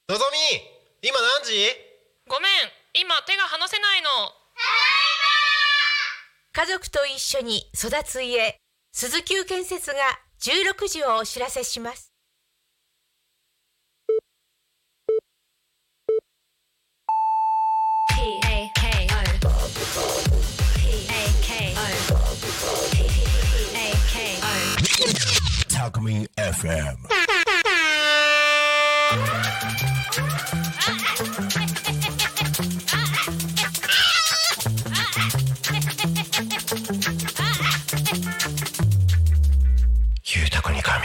のぞみ、今何時？ ごめん、今手が離せないの。 家族と一緒に育つ家、鈴木建設が16時をお知らせします。 タコミン FM。ゆうたこにかみ。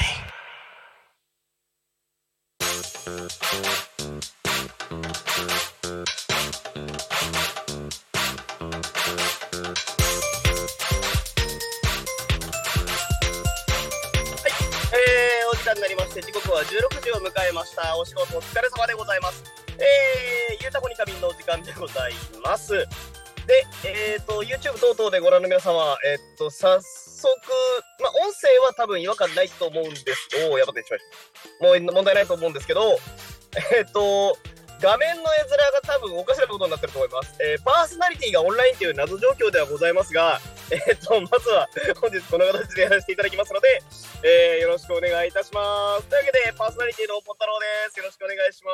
お時間になりまして、時刻は16時を迎えました。お仕事お疲れ様でございます。ゆうたこにかみんのお時間でございます。で、YouTube 等々でご覧の皆様、早速、音声は多分違和感ないと思うんです。やばってしまいました。もう問題ないと思うんですけど、画面の絵面が多分おかしなことになってると思います。パーソナリティがオンラインという謎状況ではございますが、まずは本日この形でやらせていただきますので、よろしくお願いいたします。というわけで、パーソナリティのポッタロウです。よろしくお願いします。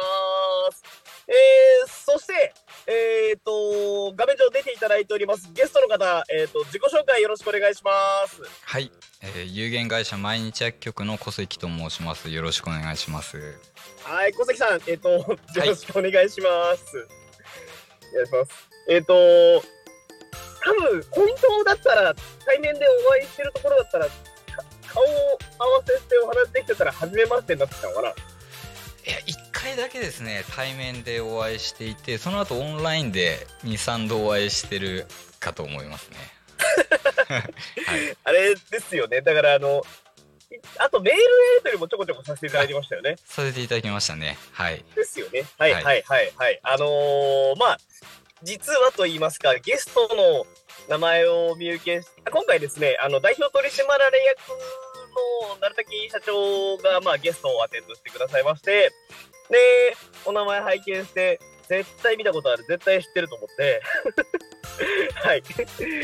そして、画面上出ていただいておりますゲストの方、自己紹介よろしくお願いします。 はい、有限会社毎日薬局の小関と申します。よろしくお願いします。 はい、小関さん、よろしくお願いします。お願いします。多分本当だったら対面でお会いしてるところだったら顔を合わせてお話できてたら初めましてになってたのかな。 いや、1回だけですね、対面でお会いしていて、その後オンラインで 2,3 度お会いしてるかと思いますね。はい、あれですよね。だからあとメールやり取りもちょこちょこさせていただきましたよね。 させていただきましたね。はい。 ですよね。はいはいはいはい。実はと言いますか、ゲストの名前を見受け今回ですね、代表取締役の鳴滝社長が、ゲストをアテンドしてくださいまして、で、お名前拝見して、絶対見たことある、絶対知ってると思って、はい。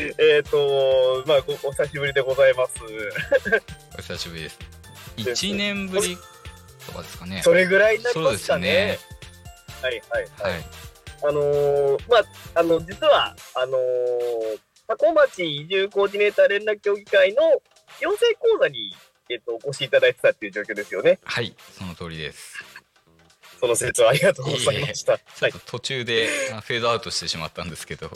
お久しぶりでございます。 お久しぶりです。1年ぶりとかですかね。 それぐらいになりますかね。はいはいはい。はい、実は、多古町移住コーディネーター連絡協議会の養成講座に、お越しいただいてたっていう状況ですよね。 はい、その通りです。 その説はありがとうございました。 ちょっと途中でフェードアウトしてしまったんですけど。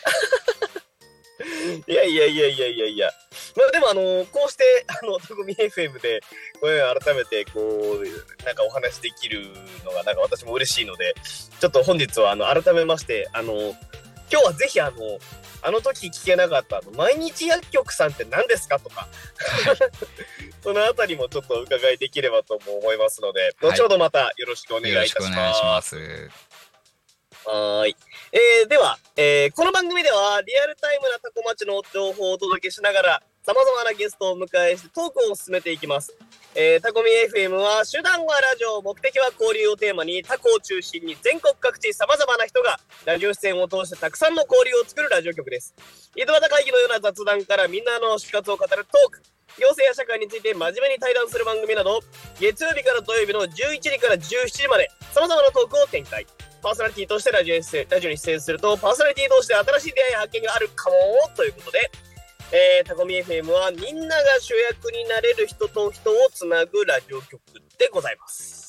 いや。でもこうしてタコミ FM でこれ改めてなんかお話できるのがなんか私も嬉しいので、ちょっと本日は改めまして今日はぜひあの時聞けなかった毎日薬局さんって何ですかとか、はい、そのあたりもちょっとお伺いできればと思いますので、はい、後ほどまたよろしくお願いいたします。よろしくお願いします。はい。では、この番組ではリアルタイムなタコ町の情報をお届けしながら様々なゲストをお迎えしてトークを進めていきます。タコミ FM は手段はラジオ、目的は交流をテーマにタコを中心に全国各地様々な人がラジオ出演を通してたくさんの交流を作るラジオ局です。井戸端会議のような雑談からみんなの死活を語るトーク、行政や社会について真面目に対談する番組など、月曜日から土曜日の11時から17時まで様々なトークを展開。パーソナリティとしてラジオに出演すると、パーソナリティ同士で新しい出会いや発見があるかもということで、タコミ FM はみんなが主役になれる人と人をつなぐラジオ局でございます。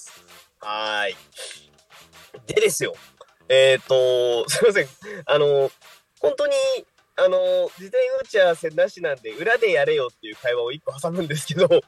はい。でですよ。すいません。本当に、事前打ち合わせなしなんで、裏でやれよっていう会話を一個挟むんですけど、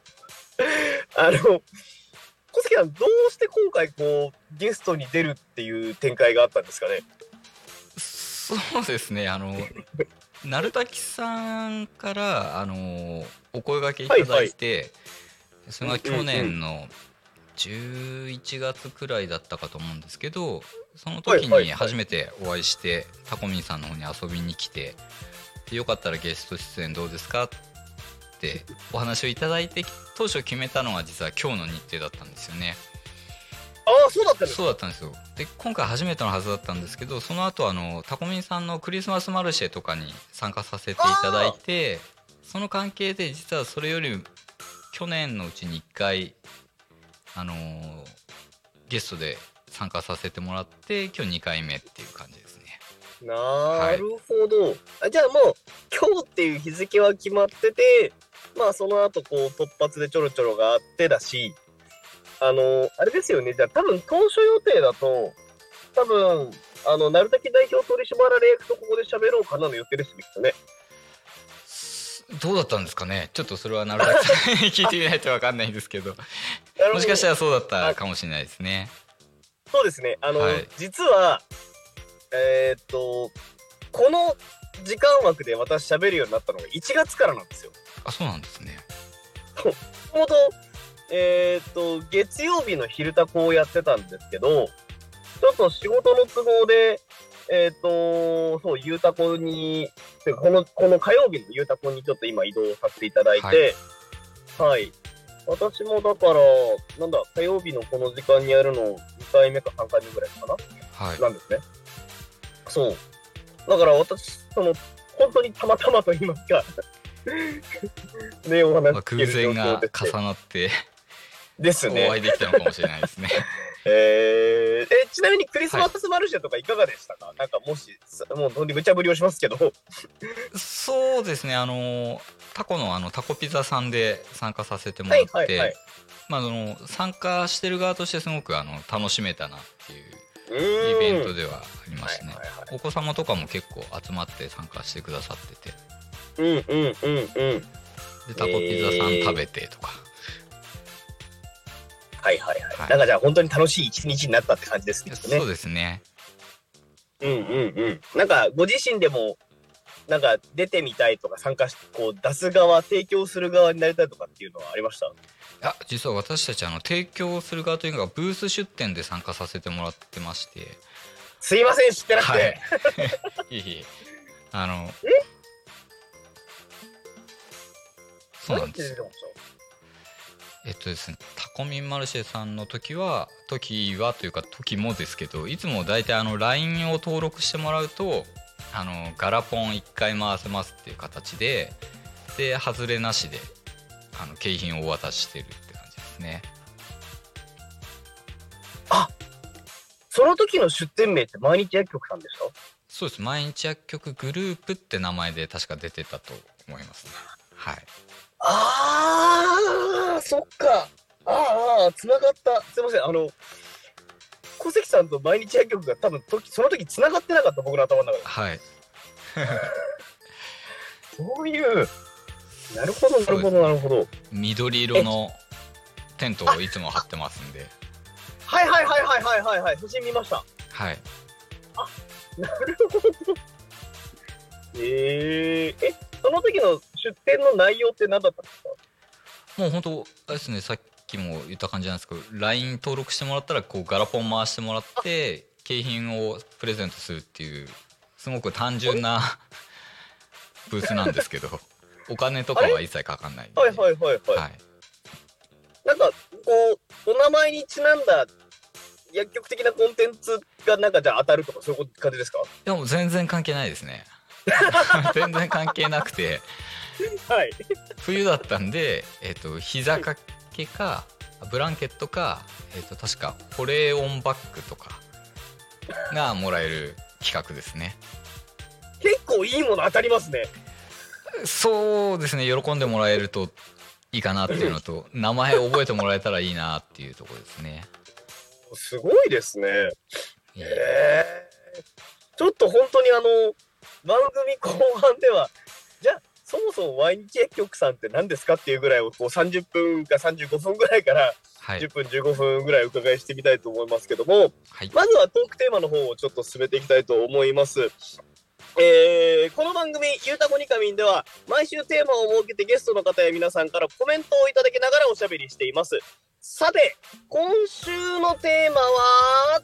小関さん、どうして今回ゲストに出るっていう展開があったんですかね。 そうですね、鳴滝さんからお声掛けいただいて、はいはい、それが去年の11月くらいだったかと思うんですけど、その時に初めてお会いして、タコミンさんの方に遊びに来て、よかったらゲスト出演どうですかってお話をいただいて、当初決めたのが実は今日の日程だったんですよね。 あ、そうだったんですか。 そうだったんですよ。で今回初めてのはずだったんですけど、その後タコミンさんのクリスマスマルシェとかに参加させていただいて、その関係で実はそれより去年のうちに1回ゲストで参加させてもらって、今日2回目っていう感じですね。 なるほど、じゃあもう今日っていう日付は決まってて、まあその後こう突発でちょろちょろがあってだし、あれですよね。じゃあ多分当初予定だと多分鳴滝代表取締役とここで喋ろうかなの予定ですね。 どうだったんですかね。ちょっとそれはなるだけ聞いてみないと分かんないんですけどもしかしたらそうだったかもしれないですね。 そうですね。 はい、 実はこの時間枠で私喋るようになったのが1月からなんですよ。 あ、そうなんですね。 もともと月曜日の昼タコをやってたんですけど、ちょっと仕事の都合でそうゆうたこにこの火曜日のゆうたこにちょっと今移動させていただいて、はい、私もだから火曜日のこの時間にやるの2回目か3回目ぐらいかな、はい、なんですね。そうだから私本当にたまたまと言いますかね、お話偶然が重なってですね、 お会いできたのかもしれないですねちなみにクリスマスマルシェとかいかがでしたか？はい、なんかもしもう無茶ぶりをしますけどそうですね、タコのタコピザさんで参加させてもらって、まあ、参加してる側としてすごく楽しめたなっていうイベントではありましたね。お子様とかも結構集まって参加してくださってて、でタコピザさん食べてとか、 はい、なんかじゃあ本当に楽しい一日になったって感じですね。 そうですね。 なんかご自身でもなんか出てみたいとか参加してこう出す側提供する側になりたいとかっていうのはありました？いや、実は私たち提供する側というのがブース出展で参加させてもらってまして。 すいません、知ってなくて、はい、 いいそうなんですよ。ですね、タコミンマルシェさんの時もですけど、いつも大体LINE を登録してもらうとガラポン1回回せますっていう形で外れなしで景品をお渡ししてるって感じですね。 あ、その時の出店名って毎日薬局さんでした？ そうです、毎日薬局グループって名前で確か出てたと思いますね。はい。 そっか。つながった。すいません。小関さんと毎日薬局が多分その時つながってなかった、僕の頭の中で。 はい。 そういう。なるほど。 緑色のテントをいつも張ってますんで。 はい。写真見ました。 はい。 なるほど。その時の出店の内容って何だったんですか？ もう本当あれですね、さっきも言った感じなんですけど、 LINE 登録してもらったらこうガラポン回してもらって景品をプレゼントするっていうすごく単純なブースなんですけど、お金とかは一切かかんないんで。はい。 なんかこうお名前にちなんだ薬局的なコンテンツがなんかじゃあ当たるとかそういう感じですか？いや、もう全然関係ないですね全然関係なくて、 はい、 冬だったんで、膝掛けかブランケットか、確か保冷温バッグとかがもらえる企画ですね。 結構いいもの当たりますね。 そうですね、喜んでもらえるといいかなっていうのと名前覚えてもらえたらいいなっていうところですね。 すごいですね。ちょっと本当に番組後半ではじゃあそもそも毎日薬局さんって何ですかっていうぐらいをこう30分か35分ぐらいから10分15分ぐらいお伺いしてみたいと思いますけども、はい、まずはトークテーマの方をちょっと進めていきたいと思います。この番組ゆうたこにかみんでは毎週テーマを設けてゲストの方や皆さんからコメントをいただきながらおしゃべりしています。さて今週のテーマは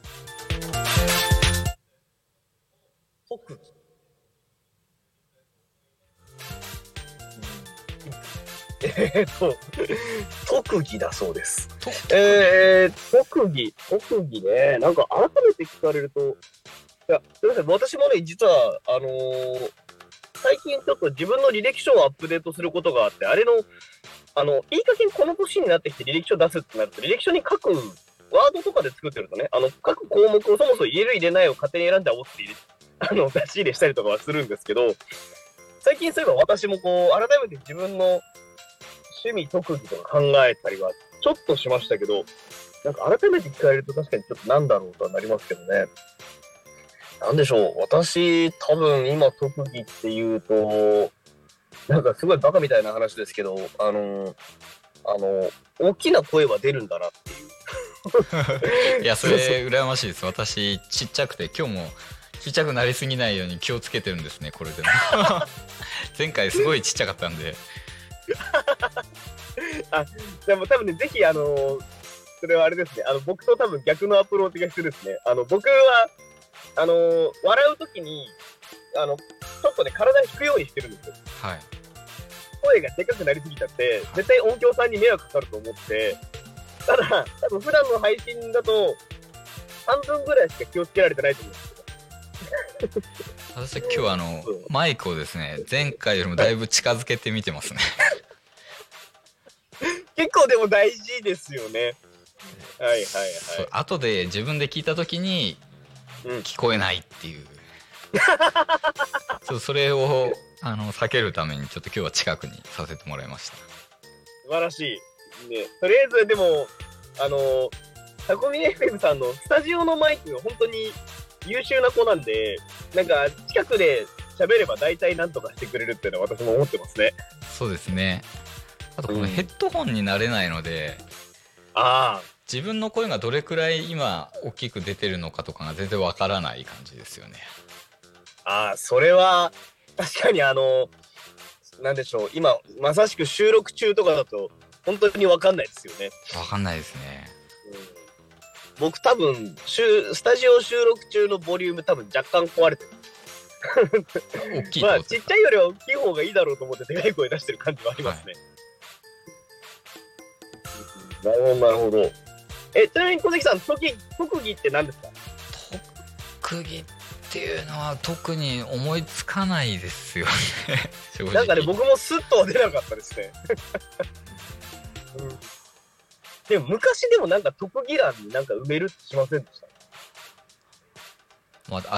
特技。 特技だそうです。 特技ね、なんか改めて聞かれると、いや、すみません、私もね、実は、最近ちょっと自分の履歴書をアップデートすることがあって、あれの、いい加減この年になってきて履歴書出すってなると、履歴書に書く、ワードとかで作ってるとね、各項目をそもそも入れる入れないを勝手に選んでおって出し入れしたりとかはするんですけど、最近そういえば私もこう、改めて自分の趣味、特技とか考えたりはちょっとしましたけど、なんか改めて聞かれると確かにちょっとなんだろうとはなりますけどね。なんでしょう、私、多分今特技っていうと、なんかすごいバカみたいな話ですけど、大きな声は出るんだなっていう。 いや、それ羨ましいです。私ちっちゃくて、今日もちっちゃくなりすぎないように気をつけてるんですね、これでも。前回すごいちっちゃかったんで。 でも多分ね、ぜひそれはあれですね、僕と多分逆のアプローチが必要ですね。僕は笑うときにちょっとね、体引くようにしてるんですよ。 はい。 声がでかくなりすぎちゃって、絶対音響さんに迷惑かかると思って、ただ、多分普段の配信だと、半分ぐらいしか気をつけられてないと思うんですけど。 私今日マイクをですね、前回よりもだいぶ近づけてみてますね。 結構でも大事ですよね。はいはいはい。 後で自分で聞いたときに、聞こえないっていう。それを避けるためにちょっと今日は近くにさせてもらいました。 素晴らしい、ね、とりあえずでもタコミ FM さんのスタジオのマイクが本当に優秀な子なんで、なんか近くで喋れば大体なんとかしてくれるっていうのは私も思ってますね。 そうですね。あとこのヘッドホンになれないので、自分の声がどれくらい今大きく出てるのかとかが全然わからない感じですよね。 それは確かになんでしょう、今まさしく収録中とかだと本当に分かんないですよね。 分かんないですね。 僕多分スタジオ収録中のボリューム多分若干壊れてる。 大きいまあちっちゃいよりは大きい方がいいだろうと思ってでかい声出してる感じはありますね。なるほどなるほど。ちなみに小関さん、特技って何ですか？ 特技っていうのは特に思いつかないですよね。正直なんかね、僕もスッとは出なかったですね。でも昔でもなんか特技欄になんか埋めるってしませんでした？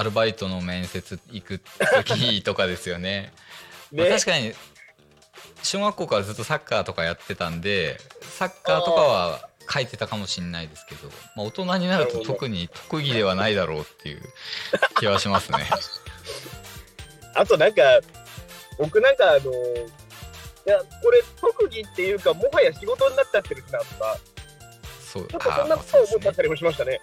アルバイトの面接行く時とかですよね。確かに小学校からずっとサッカーとかやってたんで、サッカーとかは書いてたかもしれないですけど、大人になると特に特技ではないだろうっていう気はしますね。 あとなんか僕なんかいやこれ特技っていうかもはや仕事になっちゃってるしなとか、 そう、 なんかそんなことを思っちゃったりもしましたね。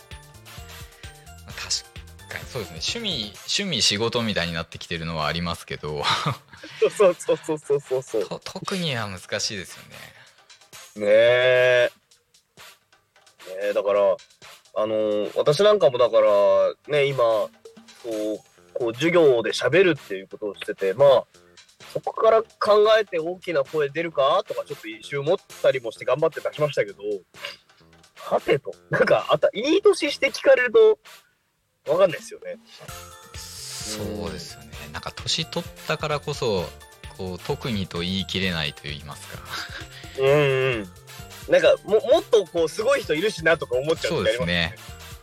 確かにそうですね。趣味仕事みたいになってきてるのはありますけど。 そう。 特には難しいですよね。 ねえだから私なんかもだからね、今こう授業で喋るっていうことをしてて、まあそこから考えて大きな声出るかとかちょっと一瞬思ったりもして頑張って出しましたけど、はてとなんかいい年して聞かれると分かんないですよね。 そうですよね。なんか年取ったからこそこう特にと言い切れないと言いますか。 なんかもっとこうすごい人いるしなとか思っちゃう時ありますね。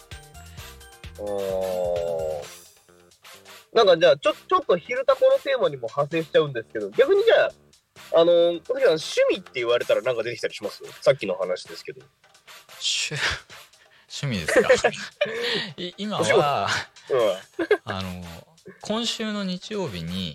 なんかじゃあちょっと昼タコのテーマにも派生しちゃうんですけど、逆にじゃあ趣味って言われたらなんか出てきたりします？さっきの話ですけど。 趣味ですか？今は今週の日曜日に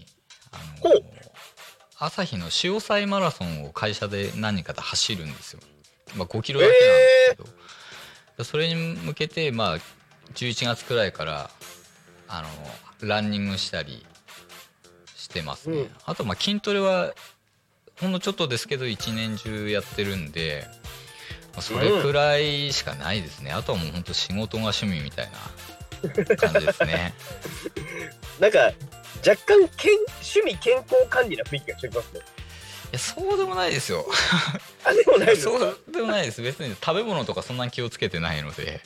朝日の潮騒マラソンを会社で何人かで走るんですよ。5キロだけなんですけど、それに向けて11月くらいからランニングしたりしてますね。あと筋トレはほんのちょっとですけど一年中やってるんで、それくらいしかないですね。あとはもうほんと仕事が趣味みたいな感じですね。なんか若干趣味健康管理な雰囲気がしてきますね。 いやそうでもないですよ。 あ、でもないですか？ そうでもないです。別に食べ物とかそんなに気をつけてないので。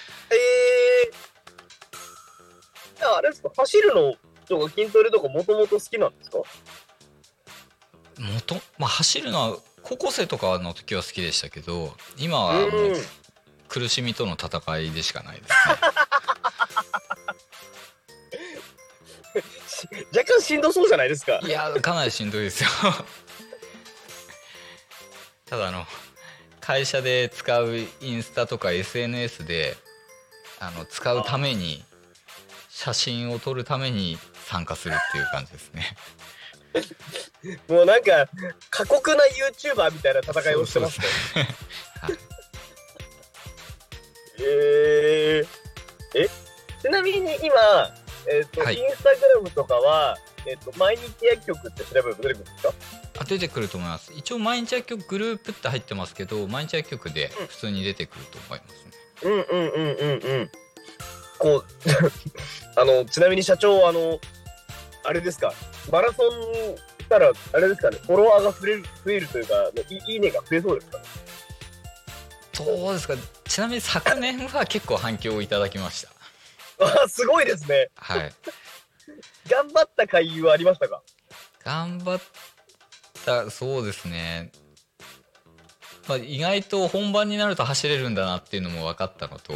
あれですか、走るのとか筋トレとかもともと好きなんですか？ まあ走るのは高校生とかの時は好きでしたけど、今はもう苦しみとの戦いでしかないですね。 若干しんどそうじゃないですか？ いやかなりしんどいですよ。ただ会社で使うインスタとか SNS で使うために写真を撮るために参加するっていう感じですね。 もうなんか過酷な YouTuber みたいな戦いをしてますね。 はい、 ちなみに今、 はい、 インスタグラムとかは、毎日薬局って調べると出てくるんですか？ 出てくると思います。一応毎日薬局グループって入ってますけど、毎日薬局で普通に出てくると思いますね。 こうちなみに社長あれですか、マラソンしたらあれですかね、フォロワーが増えるというか、いいねが増えそうですかね？ そうですか。ちなみに昨年は結構反響をいただきました。 あ、すごいですね。 はい。 頑張った回遊はありましたか？ 頑張った、そうですね。まあ、意外と本番になると走れるんだなっていうのも分かったのと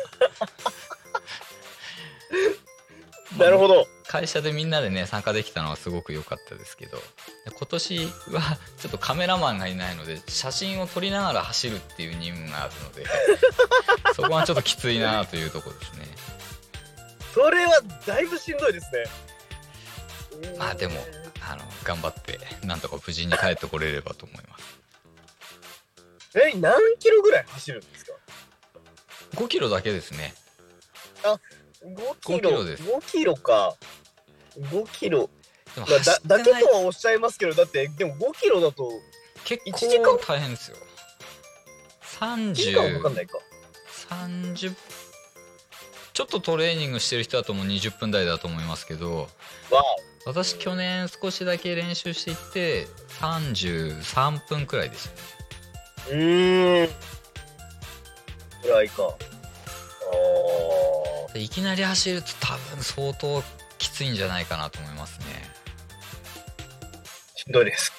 なるほど。 会社でみんなでね参加できたのはすごく良かったですけど、今年はちょっとカメラマンがいないので写真を撮りながら走るっていう任務があるのでそこはちょっときついなというところですね。 それはだいぶしんどいですね。 まあでも頑張ってなんとか無事に帰ってこれればと思います。 何キロぐらい走るんですか ？5キロだけですね。 あ、5キロです。5キロか。5キロ。 でもだけとはおっしゃいますけど、だってでも5キロだと結 1時間構大変ですよ。 1時間かかんないか。 30ちょっとトレーニングしてる人だともう20分台だと思いますけど、私去年少しだけ練習していって33分くらいでしたね。 くらいか。 いきなり走ると多分相当きついんじゃないかなと思いますね。 しんどいです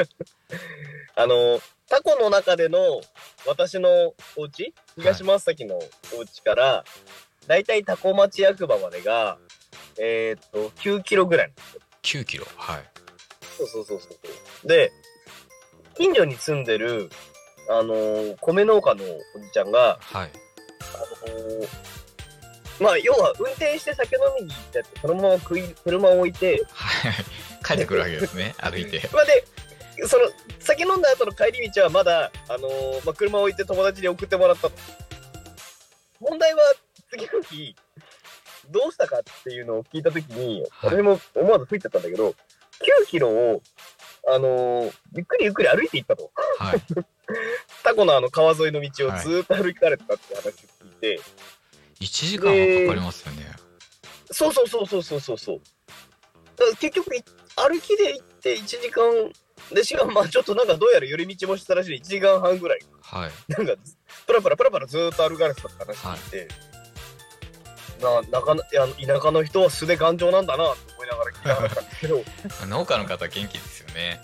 タコの中での私のお家、東松崎のお家から、だいたいタコ町役場までが9キロぐらいなんですよ。 9キロ、はい。 そうで、近所に住んでる米農家のおじちゃんが、 はい、 まあ要は運転して酒飲みに行っちゃって、そのまま車を置いて、 はい、帰ってくるわけですね。歩いて。 まあで、その酒飲んだ後の帰り道はまだ車を置いて友達に送ってもらったと。問題は次の日どうしたかっていうのを聞いたときに、 はい、 私も思わず吹いちゃったんだけど、9キロをゆっくり歩いていったと。 はい。 タコの川沿いの道をずっと歩かれてたって話を聞いて、 1時間はかかりますよね。 そう。だから結局歩きで行って1時間で、しかもまあちょっとなんかどうやら寄り道もしたらしい1時間半ぐらい。 はい。 なんかプラプラずーっと歩かれてたって話聞いて、田舎の人は素で頑丈なんだなと思いながら聞いたかったんですけど農家の方元気ですよね。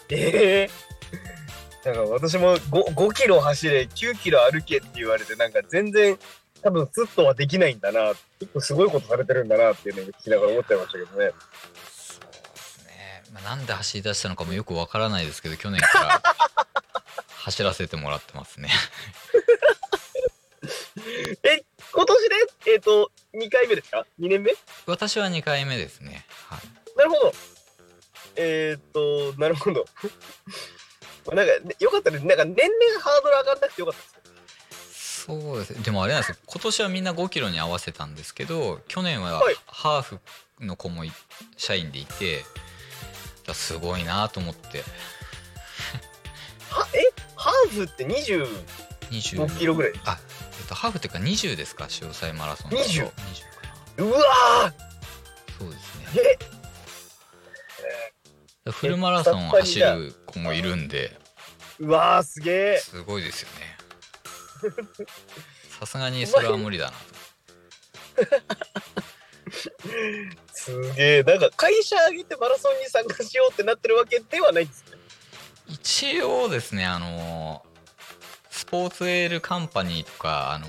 なんか私も 5キロ走れ9キロ歩けって言われて、なんか全然多分スッとはできないんだな、結構すごいことされてるんだなっていうのを聞きながら思っちゃいましたけどね。 そうですね。なんで走り出したのかもよくわからないですけど、去年から走らせてもらってますね。 今年で2回目ですか？2年目？ 私は2回目ですね。はい。 なるほど。なるほど。なんかよかったです。なんか年々ハードル上がんなくてよかったです。 そうです。でもあれなんですよ。今年はみんな5キロに合わせたんですけど、去年はハーフの子も社員でいて、すごいなと思って。 ハーフって25キロぐらい？ ハーフっていうか20ですか、詳細マラソン。 20かな。うわー、 そうですね。 フルマラソンを走る子もいるんで、 うわーすげえ。 すごいですよね。さすがにそれは無理だなと。 すげえ。なんか会社挙げてマラソンに参加しようってなってるわけではないんですね。 一応ですね、スポーツエールカンパニーとか、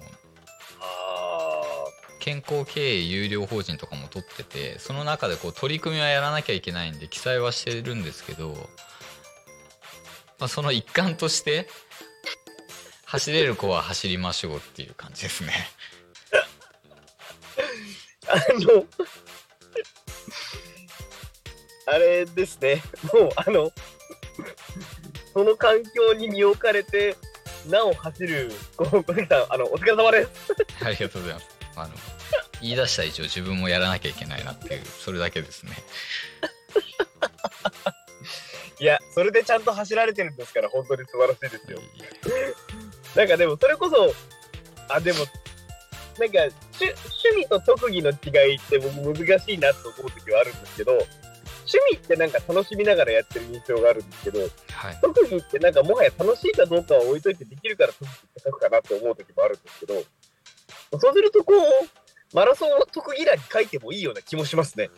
健康経営有料法人とかも取ってて、その中でこう取り組みはやらなきゃいけないんで記載はしてるんですけど、まあ、その一環として走れる子は走りましょうっていう感じですね。 あれですね。もうその環境に身を置かれてなお走る小関さん、お疲れ様です。 ありがとうございます。言い出したら一応自分もやらなきゃいけないなっていう、それだけですね。 いや、それでちゃんと走られてるんですから、本当に素晴らしいですよ。なんかでもそれこそでもなんか趣味と特技の違いって僕難しいなと思う時はあるんですけど、趣味ってなんか楽しみながらやってる印象があるんですけど、 はい、 特技ってなんかもはや楽しいかどうかは置いといてできるから特技って書くかなって思う時もあるんですけど、そうするとこうマラソンを特技欄に書いてもいいような気もしますね。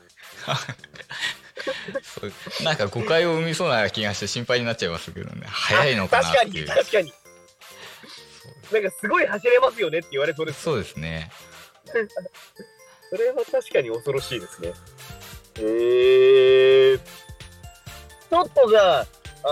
そうなんか誤解を生みそうな気がして心配になっちゃいますけどね。早いのかなっていう。 確かになんかすごい走れますよねって言われそうです。 そうですね。 それは確かに恐ろしいですね。ちょっとじゃあ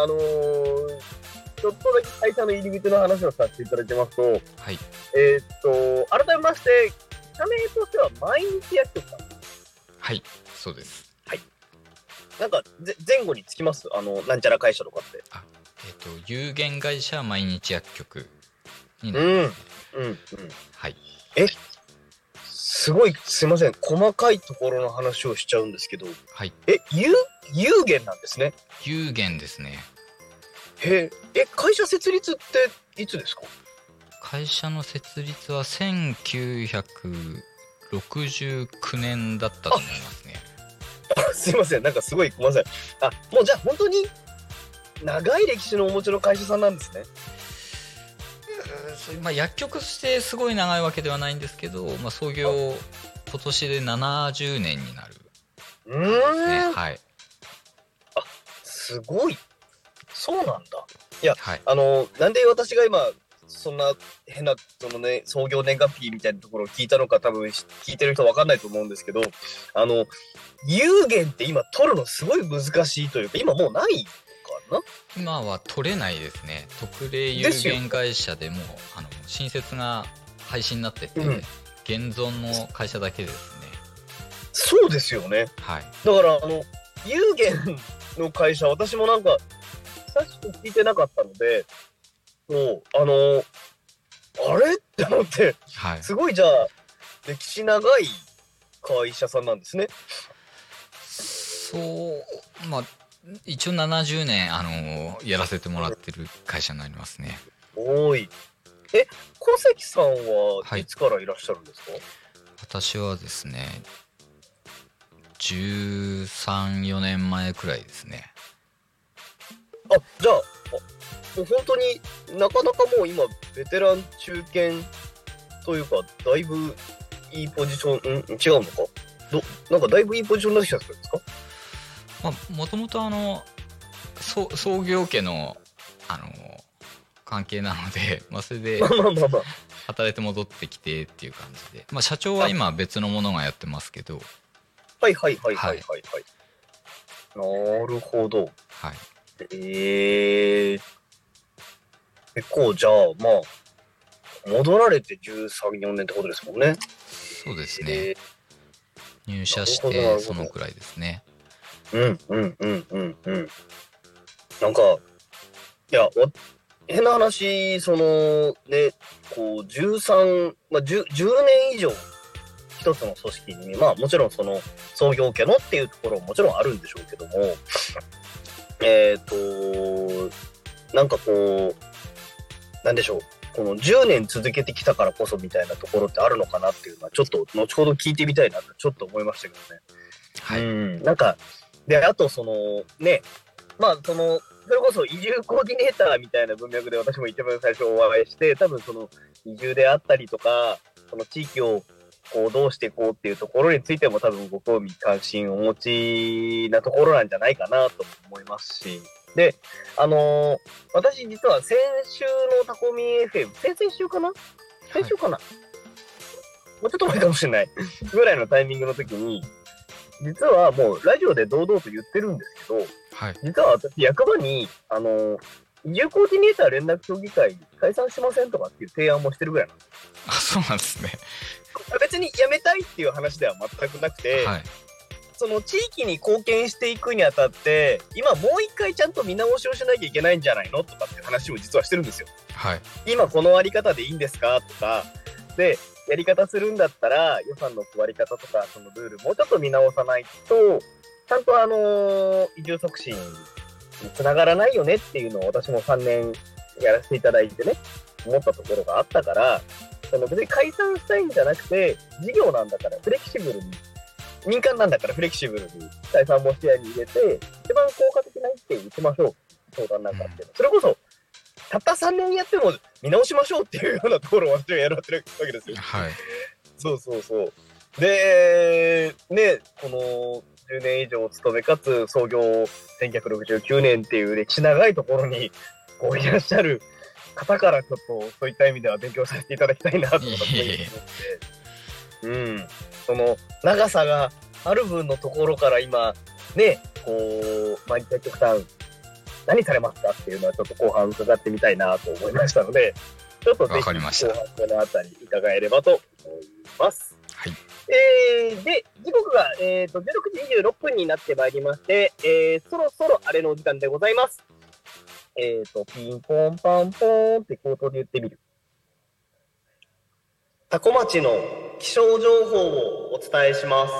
ちょっとだけ会社の入り口の話をさせていただきますと、 はい、 改めまして社名としては毎日薬局さん。 はい、そうです。 はい。なんか前後につきます？なんちゃら会社とかって。 有限会社毎日薬局になりますね。はい。 すごいすいません、細かいところの話をしちゃうんですけど、 はい。 有限なんですね。 有限ですね。 会社設立っていつですか？ 会社の設立は1969年だったと思いますね。 すいません、なんかすごいごめんなさい。もうじゃあ本当に長い歴史のお持ちの会社さんなんですね。 まあ、薬局としてすごい長いわけではないんですけど、まあ、創業今年で70年になるですね。はい。 すごい。そうなんだ。いや、 はい、 なんで私が今そんな変な創業年月日みたいなところを聞いたのか、多分聞いてる人分かんないと思うんですけど、有限って今取るのすごい難しいというか、今もうないかな？ 今は取れないですね。特例有限会社でも新設が廃止になってて、現存の会社だけですね。 そうですよね。 はい。 だから有限の会社、私もなんか久しく聞いてなかったので、もうあれって思って、 はい、 すごいじゃあ歴史長い会社さんなんですね。 そうまあ一応70年やらせてもらってる会社になりますね。 おい。小関さんはいつからいらっしゃるんですか？ 私はですね13、14年前くらいですね。 じゃあもう本当になかなかもう今ベテラン中堅というか、だいぶいいポジション、違うのか、なんかだいぶいいポジションになってきたんですか？ もともと創業家の関係なので、それで働いて戻ってきてっていう感じで、社長は今別のものがやってますけど。 はい。なるほど。 はい。 結構じゃあ戻られて13、14年ってことですもんね。 そうですね。入社してそのくらいですね。 なんかいや変な話、こう10年以上一つの組織に、もちろんその創業家のっていうところももちろんあるんでしょうけども、なんかこうなんでしょう、この10年続けてきたからこそみたいなところってあるのかなっていうのはちょっと後ほど聞いてみたいなとちょっと思いましたけどね。 はい。 なんかで、あとそのね、まあそれこそ移住コーディネーターみたいな文脈で私も一番最初お会いして、多分その移住であったりとか、その地域をこうどうしていこうっていうところについても多分ご興味関心をお持ちなところなんじゃないかなと思いますし、で、私実は先週のタコミ FM、先々週かな先週かな、もうちょっと前かもしれないぐらいのタイミングの時に、実はもうラジオで堂々と言ってるんですけど、 はい。 実は私役場に、移住コーディネーター連絡協議会解散しませんとかっていう提案もしてるぐらいなんです。 あ、そうなんですね。 別に辞めたいっていう話では全くなくて、 はい。 その地域に貢献していくにあたって、今もう一回ちゃんと見直しをしなきゃいけないんじゃないのとかっていう話を実はしてるんですよ。 はい。 今この割り方でいいんですかとか、で、やり方するんだったら予算の配り方とか、そのルールもうちょっと見直さないと、ちゃんと移住促進につながらないよねっていうのを私も3年やらせていただいてね、思ったところがあったから、その別に解散したいんじゃなくて、事業なんだからフレキシブルに、民間なんだからフレキシブルに解散も視野に入れて、一番効果的な一手に打ちましょう。相談なんかっていうの。それこそ、たった3年やっても見直しましょうっていうようなところを私はやられてるわけですよ。 はい。 そうそうそう。で、ね、この10年以上勤めかつ創業1969年っていう歴史長いところにこういらっしゃる方からちょっとそういった意味では勉強させていただきたいなと思って、うん、その長さがある分のところから今ね、こう毎日極端何されますかっていうのはちょっと後半伺ってみたいなと思いましたので、ちょっとぜひ後半このあたり伺えればと思います。 はい。 で、時刻が、16時26分になってまいりまして、そろそろあれのお時間でございます。ピンポンパンポンって口頭で言ってみる。タコ町の気象情報をお伝えします。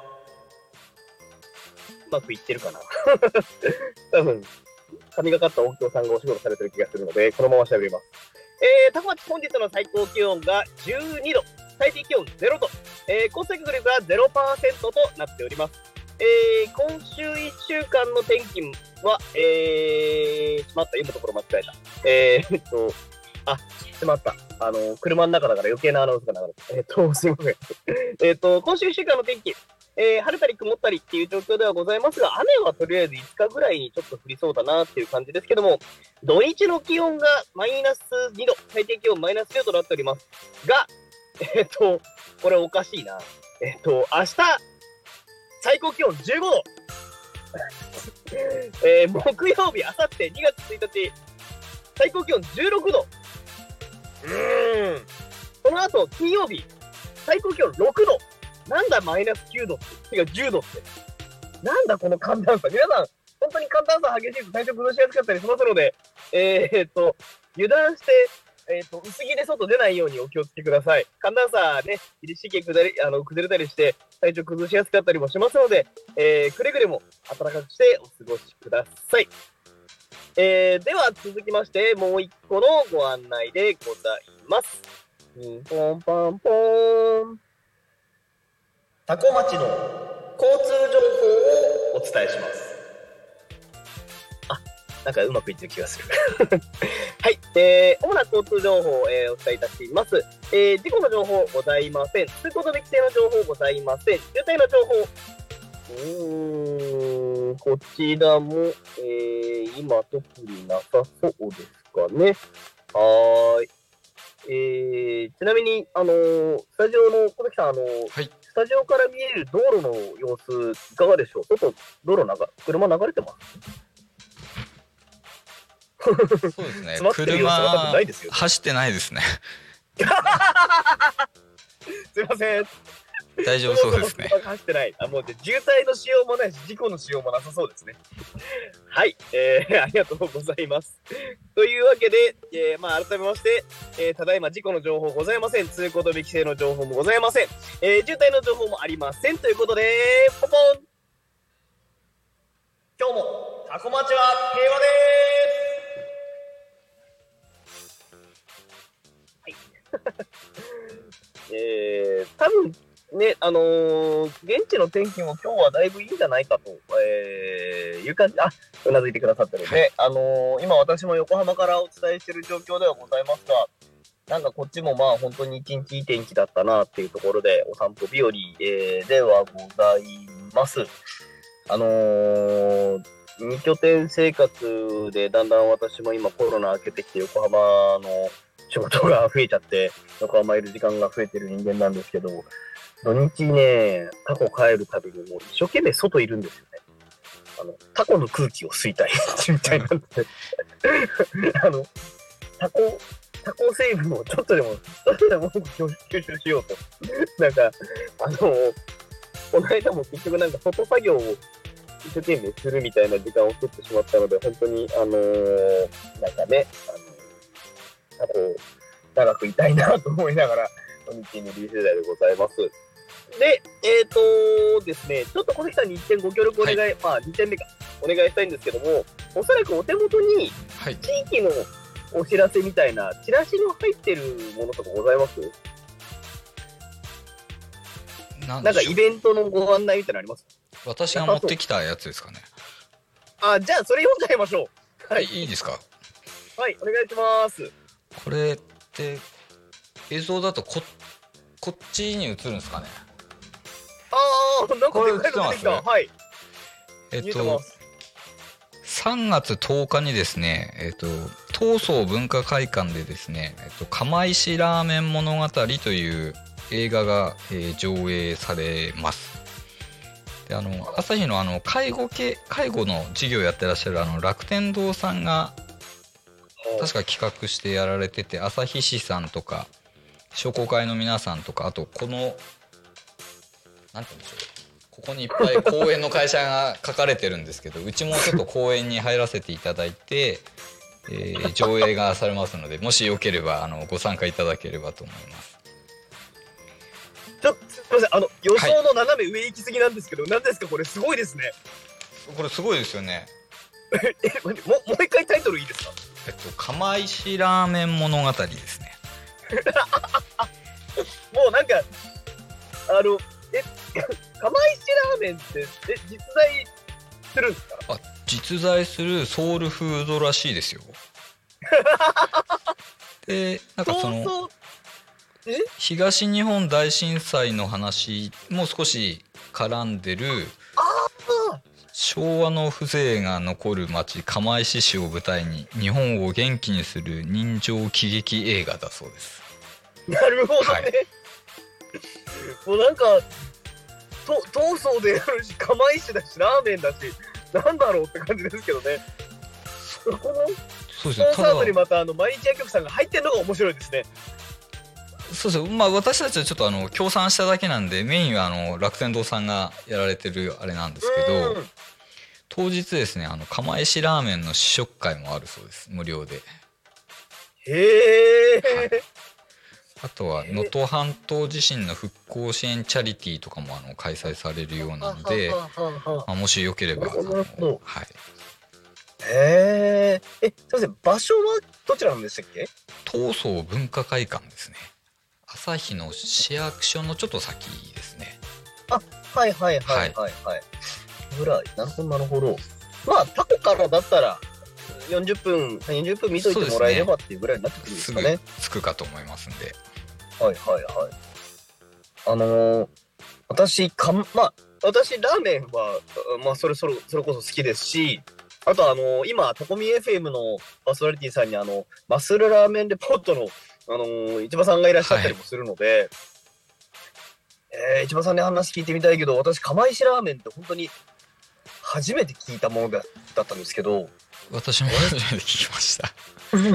うまくいってるかな多分、神がかった音響さんがお仕事されてる気がするので、このまま喋ります。タコ町本日の最高気温が12度、最低気温0度、降水確率は 0% となっております。今週1週間の天気は、しまった、読むところ間違えた。しまった。車の中だから余計なアナウンスが流れて。すいません。今週1週間の天気、晴れたり曇ったりっていう状況ではございますが、雨はとりあえず5日ぐらいにちょっと降りそうだなっていう感じですけども、土日の気温がマイナス2度、最低気温マイナス0度となっておりますが、これおかしいな。明日、最高気温15度。木曜日、あさって2月1日、最高気温16度。その後、金曜日、最高気温6度。なんだマイナス9度って。てか10度って。なんだこの寒暖差。皆さん、本当に寒暖差激しいと体調崩しやすかったりしますので、油断して、薄着で外出ないようにお気をつけください。寒暖差ね、自律神経崩れたりして、体調崩しやすかったりもしますので、くれぐれも暖かくしてお過ごしください。では続きまして、もう一個のご案内でございます。ピンポンパンポーン。タコ町の交通情報をお伝えします。なんかうまくいってる気がする。はい、主な交通情報を、お伝えいたします。事故の情報ございません。通行止め規制の情報ございません。渋滞の情報。こちらも、今特になさそうですかね。ちなみに、スタジオの小崎さん、はい、スタジオから見える道路の様子、いかがでしょう。外、道路車流れてますそうですね。車走ってないですね。 すいません。 大丈夫そうですね。 走ってない。もう渋滞の仕様もないし、事故の仕様もなさそうですね。はい、ありがとうございます。というわけで、改めまして、ただいま事故の情報ございません。通行止め規制の情報もございません。渋滞の情報もありません。ということで、ポポン。今日もタコ町は平和です。多分ね、現地の天気も今日はだいぶいいんじゃないかと、いう感じ、うなずいてくださったので、今私も横浜からお伝えしている状況ではございますが、なんかこっちもまあ本当に一日いい天気だったなっていうところで、お散歩日和、ではございます。2拠点生活でだんだん私も今コロナ明けてきて横浜の仕事が増えちゃって、横浜いる時間が増えてる人間なんですけど、土日ね、タコ帰るたびにもう一生懸命外いるんですよね。タコの空気を吸いたいみたいなんでタコ成分をちょっとでも吸収しようと。なんか、この間も結局なんか外作業を一生懸命するみたいな時間を取ってしまったので、本当に、なんかね、タコを長くいたいなと思いながら、土日にリ世代でございます。で、ですね、ちょっと小関さんに1点ご協力お願い、2点目か、お願いしたいんですけども、おそらくお手元に、地域のお知らせみたいな、チラシの入ってるものとかございます？なんかイベントのご案内みたいなのあります？ 私が持ってきたやつですかね。 じゃあそれ読んじゃいましょう。 はい、いいですか？ はい、お願いします。 これって映像だとこっちに映るんですかね？ なんかでかいの出てきた。はい。 3月10日にですね、東総文化会館でですね、釜石ラーメン物語という映画が、上映されます。で、朝日の介護の事業をやってらっしゃる楽天堂さんが確か企画してやられてて、朝日市さんとか商工会の皆さんとか、あとこのなんて言うんでしょう、ここにいっぱい公演の会社が書かれてるんですけど、うちもちょっと公演に入らせていただいて、上映がされますので、もしよければご参加いただければと思います。 すみません、予想の斜め上行き過ぎなんですけど、何ですかこれ？すごいですね。これすごいですよね。 もう一回タイトルいいですか？ 釜石ラーメン物語ですね。 もうなんか釜石ラーメンって実在するんですか？ 実在するソウルフードらしいですよ。で、なんか東日本大震災の話も少し絡んでる、昭和の風情が残る町釜石市を舞台に日本を元気にする人情喜劇映画だそうです。 なるほどね。もうなんか東総でやるし、釜石だし、ラーメンだし、なんだろうって感じですけどね。このスポンサードにまた毎日薬局さんが入ってるのが面白いですね。 そうです。私たちはちょっと協賛しただけなんで、メインは楽天堂さんがやられてるあれなんですけど、当日ですね、釜石ラーメンの試食会もあるそうです、無料で。 へえ。 あとは能登半島地震の復興支援チャリティーとかも開催されるようなので、もしよければはい。 すみません、場所はどちらなんでしたっけ？ 東総文化会館ですね。朝日の市役所のちょっと先ですね。 はいぐらい。なるほど。まあタコからだったら40分見といてもらえればっていうぐらいになってくるんですかね。 すぐ着くかと思いますんで。 はい。私ラーメンはそれこそ好きですし、あと今タコミ FM のパーソナリティさんにマッスルラーメンレポートの市場さんがいらっしゃったりもするので、市場さんに話聞いてみたいけど、私釜石ラーメンって本当に初めて聞いたものだったんですけど。 私も初めて聞きました。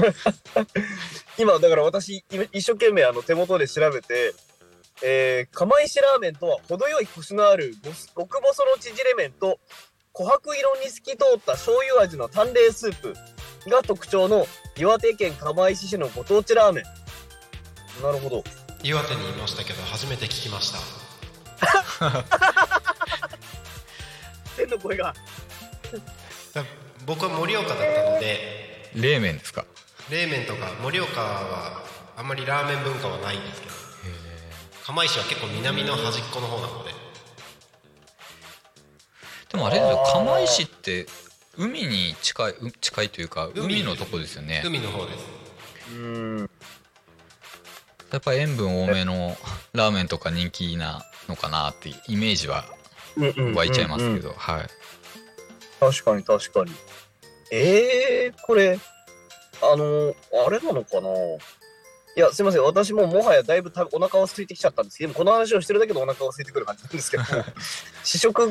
今だから私一生懸命手元で調べて、釜石ラーメンとは程よいコシのある極細の縮れ麺と琥珀色に透き通った醤油味の淡麗スープが特徴の岩手県釜石市のご当地ラーメン。なるほど。 岩手にいましたけど初めて聞きました。 天の声が。 僕は盛岡だったので。 冷麺ですか？ 冷麺とか盛岡はあんまりラーメン文化はないんですけど、 釜石は結構南の端っこの方なので。 でもあれですよ、釜石って海に近いというか海のとこですよね。 海の方です。 やっぱ塩分多めのラーメンとか人気なのかなってイメージは湧いちゃいますけど、はい。 確かに確かに。これあれなのかな。いや、すいません。私ももはやだいぶお腹は空いてきちゃったんですけど、この話をしてるだけでお腹が空いてくる感じなんですけども、試食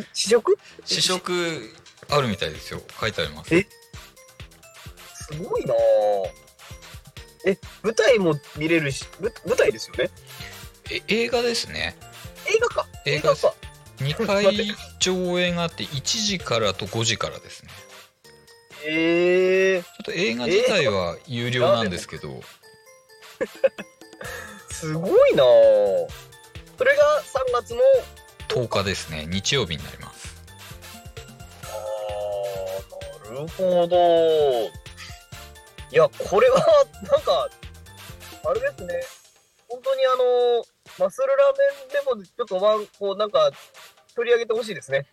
あるみたいですよ。書いてあります。 すごいなぁ。舞台も見れるし、舞台ですよね。 映画ですね。 映画か。 映画か。2回上映があって1時からと5時からですね。ちょっと映画自体は有料なんですけど、 すごいなぁ。それが3月の 10日ですね。日曜日になります。 なるほど。いや、これはなんかあれですね。本当にマッスルラーメンでもちょっとこうなんか取り上げてほしいですね。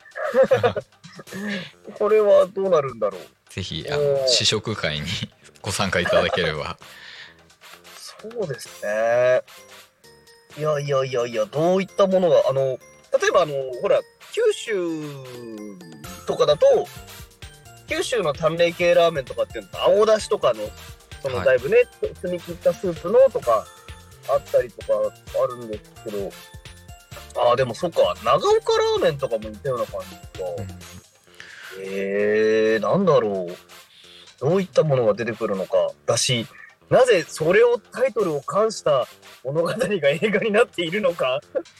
これはどうなるんだろう。 ぜひ試食会にご参加いただければ。 そうですね。いや、どういったものが例えばほら九州とかだと九州の淡麗系ラーメンとかっていうのは青だしとかのそのだいぶね、澄み切ったスープのとかあったりとかあるんですけど、でもそっか、長岡ラーメンとかも似たような感じですか。なんだろう、どういったものが出てくるのかだし、なぜそれをタイトルを冠した物語が映画になっているのか。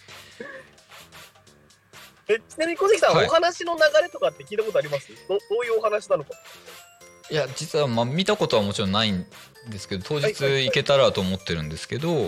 ちなみに小関さん、お話の流れとかって聞いたことあります？どういうお話なのか。 いや、実は見たことはもちろんないんですけど、当日行けたらと思ってるんですけど、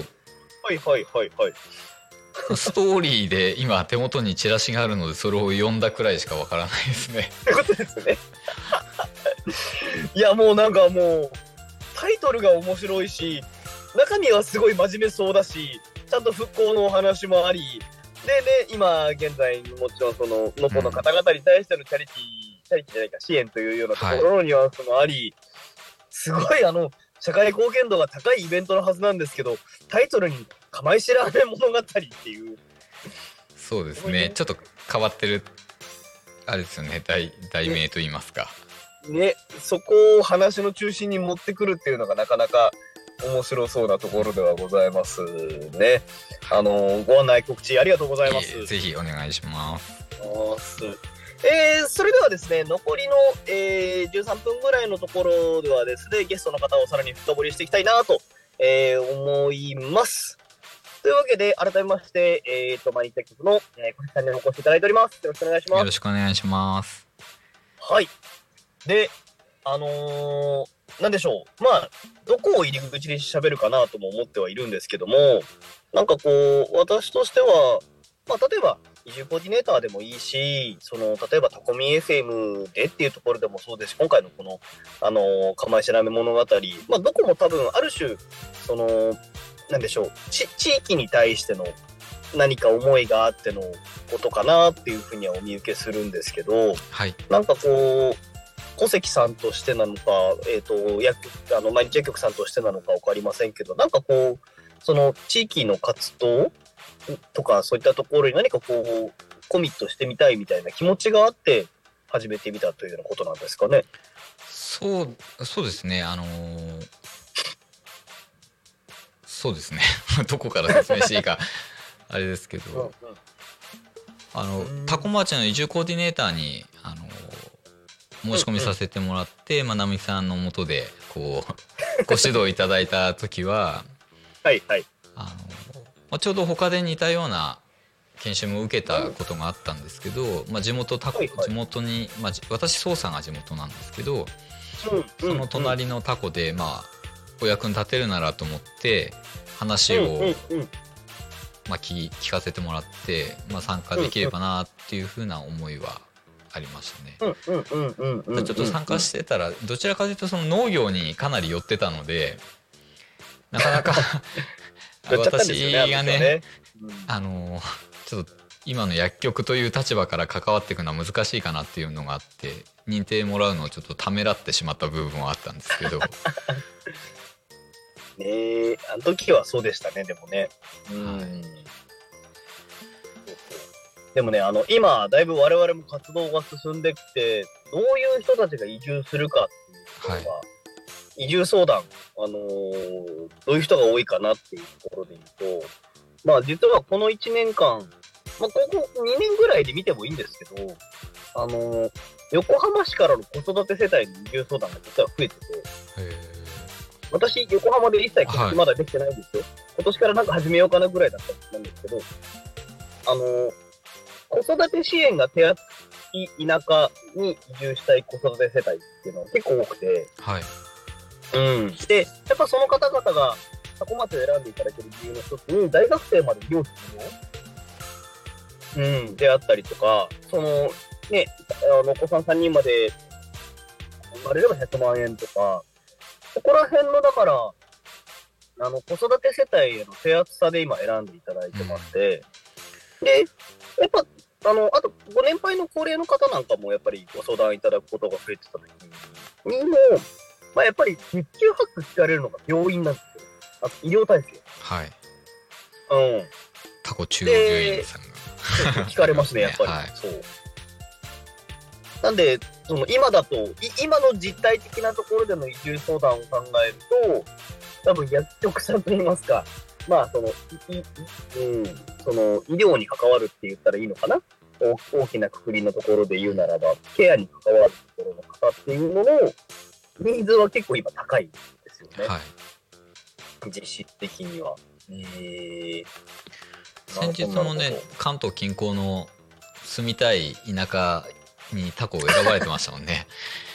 ストーリーで今手元にチラシがあるので、それを読んだくらいしかわからないですね。 ということですね。いや、もうなんかタイトルが面白いし、中身はすごい真面目そうだし、ちゃんと復興のお話もあり、でね、今現在もちろんその能登の方々に対してのチャリティーじゃないか、支援というようなところのニュアンスもあり、すごい社会貢献度が高いイベントのはずなんですけど、タイトルに釜石ラーメン物語っていう。 そうですね、ちょっと変わってるあれですよね、題名と言いますかね、そこを話の中心に持ってくるっていうのがなかなか面白そうなところではございますね。ご案内告知ありがとうございます。 ぜひお願いします。 それではですね、残りの、13分ぐらいのところではですね、ゲストの方をさらに深掘りしていきたいなと、思います。というわけで、改めまして、毎日薬局の、小関さんにお越しいただいております。よろしくお願いします。 よろしくお願いします。 はい。で、なんでしょう。どこを入り口に喋るかなとも思ってはいるんですけども、なんかこう、私としては、例えば、移住コーディネーターでもいいし、例えばタコミ FM でっていうところでもそうですし、今回のこの、釜石ラーメン物語、どこも多分ある種、なんでしょう、地域に対しての何か思いがあってのことかなっていうふうにはお見受けするんですけど、なんかこう、小関さんとしてなのか、毎日薬局さんとしてなのか分かりませんけど、なんかこう、その地域の活動とかそういったところに何かこうコミットしてみたいみたいな気持ちがあって始めてみたというようなことなんですかね。 そうですね。そうですね。どこから説明していいかあれですけど、タコ町の移住コーディネーターに申し込みさせてもらって、ナミさんの下でこうご指導いただいた時は、ちょうど他で似たような研修も受けたことがあったんですけど、地元に、私捜査が地元なんですけど、その隣のタコでお役に立てるならと思って話を聞かせてもらって、参加できればなっていうふうな思いはありましたね。ちょっと参加してたらどちらかというとその農業にかなり寄ってたので、なかなかやっちゃったんですよね。 私がね、 うんちょっと今の薬局という立場から関わっていくのは難しいかなっていうのがあって認定もらうのをちょっとためらってしまった部分はあったんですけどねえ、あの時はそうでしたね、でもね。でもね、今、だいぶ我々も活動が進んできて、どういう人たちが移住するかっていうのは、移住相談、どういう人が多いかなっていうところで言うと、まあ実はこの1年間、まあここ2年ぐらいで見てもいいんですけど、横浜市からの子育て世帯の移住相談が実は増えてて、私、横浜で一切今年まだできてないんですよ。今年からなんか始めようかなぐらいだったんですけど、子育て支援が手厚い田舎に移住したい子育て世帯っていうのは結構多くて、 はい。 で、やっぱその方々が多古町を選んでいただける理由の一つに、大学生まで医療費無料であったりとか、ね、お子さん3人まで生まれれば100万円とか、ここら辺の、だから、子育て世帯への手厚さで今選んでいただいてまして、で、やっぱ、あと、ご年配の高齢の方なんかも、やっぱりご相談いただくことが増えてた時にも、まあ、やっぱり、月給ハック聞かれるのが病院なんですよ。あと、医療体制。 はい。 タコ中央病院さんが。 聞かれますね、やっぱり。はい、そう。なんで、今だと、今の実態的なところでの移住相談を考えると、多分薬局さんといいますか、まあ、医療に関わるって言ったらいいのかな？大きな括りのところで言うならば、ケアに関わるところの方っていうのの、ニーズは結構今高いんですよね。はい。実質的には。 先日もね、関東近郊の住みたい田舎にタコを選ばれてましたもんね。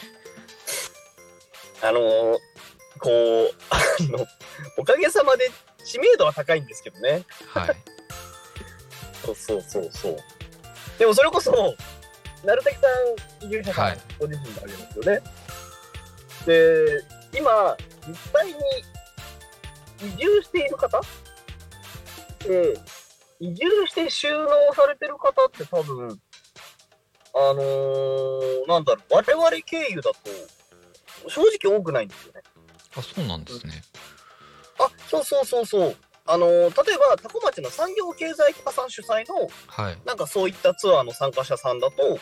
おかげさまで知名度は高いんですけどね。 はい。 そう。でもそれこそ、鳴滝さん移住者さん、ご自身がありますよね。で、今、実際に移住している方で、移住して収納されてる方って多分、なんだろう、我々経由だと、正直多くないんですよね。 あ、そうなんですね。 そう。例えば、多古町の産業経済課さん主催の、なんかそういったツアーの参加者さんだと、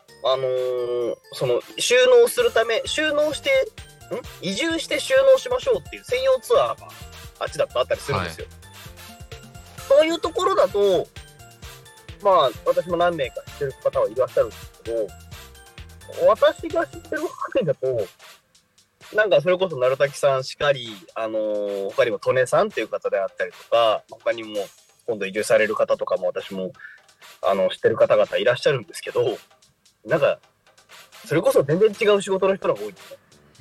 収納するため、移住して収納しましょうっていう専用ツアーがあっちだとあったりするんですよ。そういうところだと、まあ、私も何名か知ってる方はいらっしゃるんですけど、私が知ってる範囲だと、なんかそれこそ鳴滝さんしかり、他にも利根さんっていう方であったりとか、他にも今度移住される方とかも私も知ってる方々いらっしゃるんですけど、なんかそれこそ全然違う仕事の人の方が多いですね。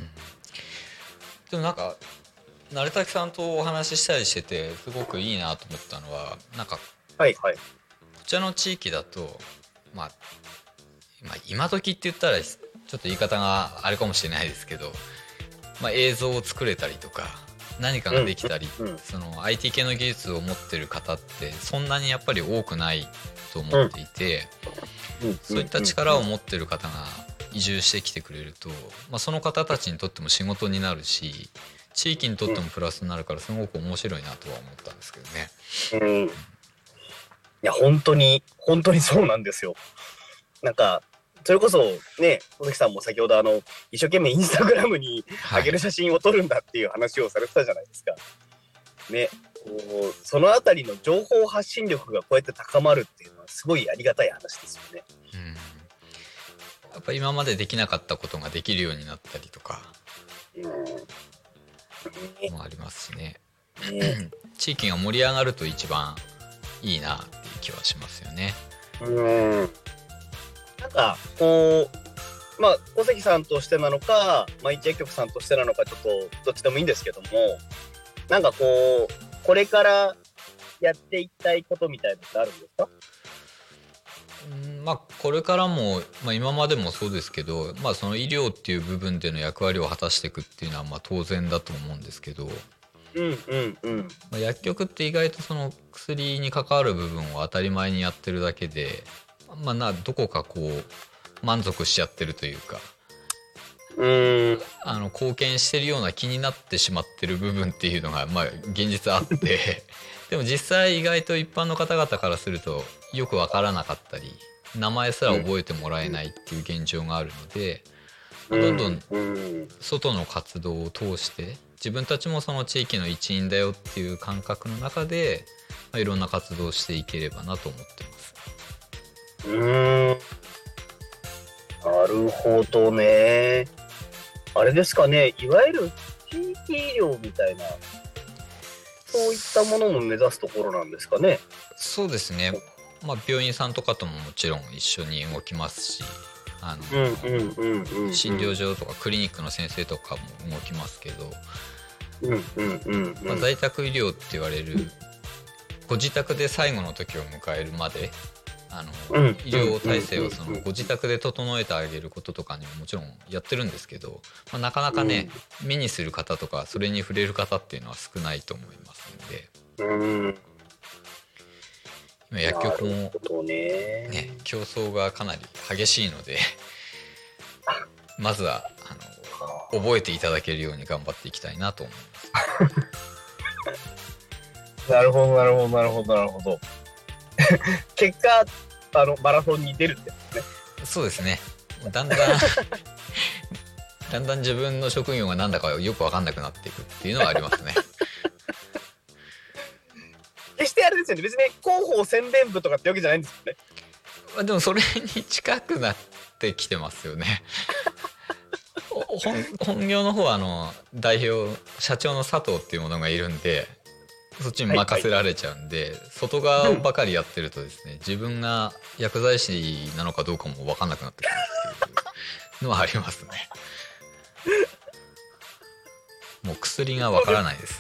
でもなんか鳴滝さんとお話ししたりしててすごくいいなと思ったのは、なんかこちらの地域だと、まあ今時って言ったらちょっと言い方があれかもしれないですけど、映像を作れたりとか何かができたり、その IT 系の技術を持ってる方ってそんなにやっぱり多くないと思っていて、そういった力を持ってる方が移住してきてくれると、その方たちにとっても仕事になるし、地域にとってもプラスになるからすごく面白いなとは思ったんですけどね。 いや本当にそうなんですよ。なんかそれこそね、小関さんも先ほど一生懸命インスタグラムに上げる写真を撮るんだっていう話をされてたじゃないですか。ね、そのあたりの情報発信力がこうやって高まるっていうのはすごいありがたい話ですよね。 やっぱ今までできなかったことができるようになったりとかもありますしね。地域が盛り上がると一番いいなっていう気はしますよね。 なんか小関さんとしてなのか、一薬局さんとしてなのか、ちょっとどっちでもいいんですけども、なんかこれからやっていきたいことみたいなのってあるんですか？ これからも、今までもそうですけど、その医療っていう部分での役割を果たしていくっていうのは当然だと思うんですけど、 薬局って意外とその薬に関わる部分を当たり前にやってるだけで、どこかこう満足しちゃってるというか、貢献してるような気になってしまってる部分っていうのが現実あってでも実際意外と一般の方々からするとよく分からなかったり、名前すら覚えてもらえないっていう現状があるので、どんどん外の活動を通して自分たちもその地域の一員だよっていう感覚の中で、いろんな活動をしていければなと思ってます。 なるほどね。あれですかね、いわゆる地域医療みたいな、そういったものも目指すところなんですかね。 そうですね、病院さんとかとももちろん一緒に動きますし、診療所とかクリニックの先生とかも動きますけど、在宅医療って言われるご自宅で最後の時を迎えるまで医療体制をそのご自宅で整えてあげることとかにももちろんやってるんですけど、なかなかね、目にする方とかそれに触れる方っていうのは少ないと思いますので、今薬局もね、競争がかなり激しいのでまずは覚えていただけるように頑張っていきたいなと思いますなるほど結果マラソンに出るってね。 そうですね、だんだん自分の職業がなんだかよく分かんなくなっていくっていうのはありますね決してあれですよね、別に広報宣伝部とかってわけじゃないんですよね。 でもそれに近くなってきてますよね本業の方は代表社長の佐藤っていうものがいるんで、そっちに任せられちゃうんで、外側ばかりやってるとですね、自分が薬剤師なのかどうかも分かんなくなってくるっていうのはありますねもう薬が分からないです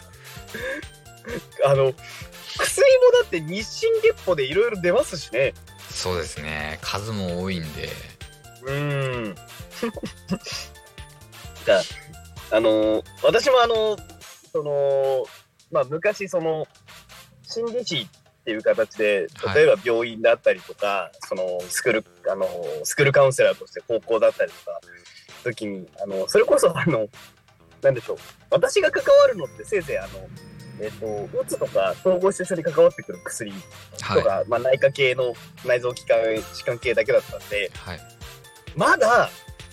薬もだって日進月歩でいろいろ出ますしね。 そうですね、数も多いんで。 私も昔その心理師っていう形で、例えば病院だったりとか、そのスクールカウンセラーとして高校だったりとか時にそれこそなんでしょう、私が関わるのってせいぜいうつとか統合失調症に関わってくる薬とか、内科系の内臓器官疾患系だけだったんで、まだ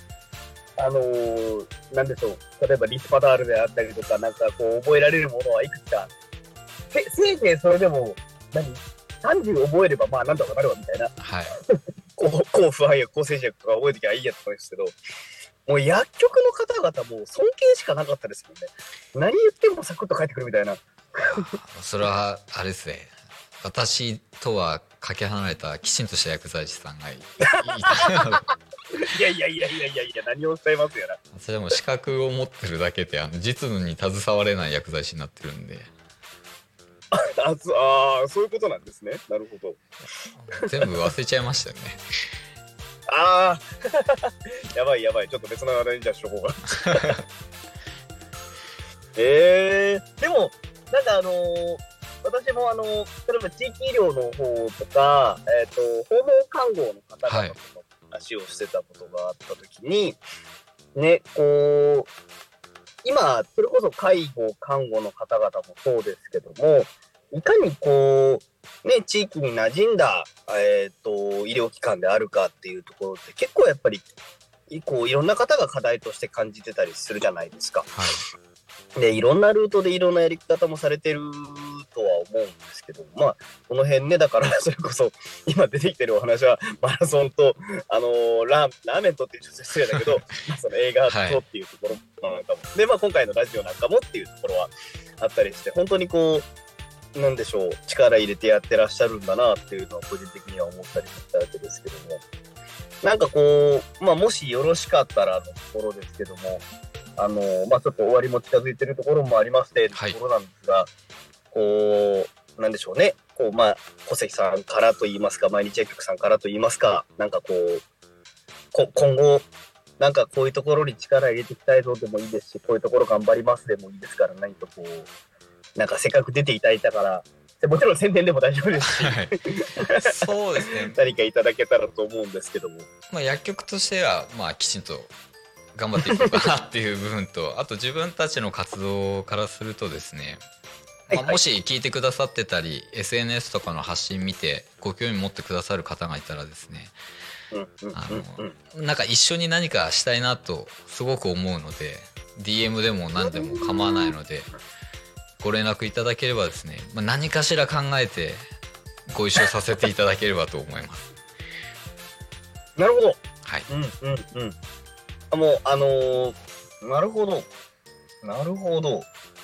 なんでしょう、例えばリスパダールであったりとか、なんかこう覚えられるものはいくつか、せいぜいそれでも30覚えればなんとかなるわみたいな、抗不安薬、抗生薬とか覚えてきゃいいやと思うんですけど、もう薬局の方々も尊敬しかなかったですもんね。何言ってもサクッと返ってくるみたいなそれはあれですね、私とはかけ離れたきちんとした薬剤師さんがいたいや何をおっしゃいますやら。 それでも資格を持ってるだけで実務に携われない薬剤師になってるんでそういうことなんですね。なるほど。 全部忘れちゃいましたよねやばい、ちょっと別の話題にじゃあ処方がでもなんか私も例えば地域医療の方とか、訪問看護の方々との話をしてたことがあったときに、ね、こう今それこそ介護看護の方々もそうですけども、いかにこうね、地域に馴染んだ医療機関であるかっていうところって結構やっぱりいろんな方が課題として感じてたりするじゃないですか。でいろんなルートでいろんなやり方もされてるとは思うんですけど、この辺ね、だからそれこそ今出てきてるお話はマラソンとラーメンとってちょっと失礼だけどその映画とっていうところなんかも、で今回のラジオなんかもっていうところはあったりして、本当にこうなんでしょう、力入れてやってらっしゃるんだなっていうのは個人的には思ったりしたわけですけども、なんかこうもしよろしかったらのところですけども、ちょっと終わりも近づいてるところもありまして、ところなんですが、こうなんでしょうね、こう小関さんからといいますか、毎日薬局さんからといいますか、なんかこう今後なんかこういうところに力入れていきたいぞでもいいですし、こういうところ頑張りますでもいいですから、何かこうなんかせっかく出ていただいたから、もちろん宣伝でも大丈夫ですし、 はい、そうですね。 何かいただけたらと思うんですけども。 まあ、薬局としては、まあ、きちんと頑張っていこうかなっていう部分と、あと自分たちの活動からするとですね、まあ、もし聞いてくださってたり SNS とかの発信見てご興味持ってくださる方がいたらですね、なんか一緒に何かしたいなとすごく思うので DM でも何でも構わないのでご連絡いただければですね、まあ、何かしら考えてご一緒させていただければと思います。 なるほど。 はい。 もうなるほど。なるほど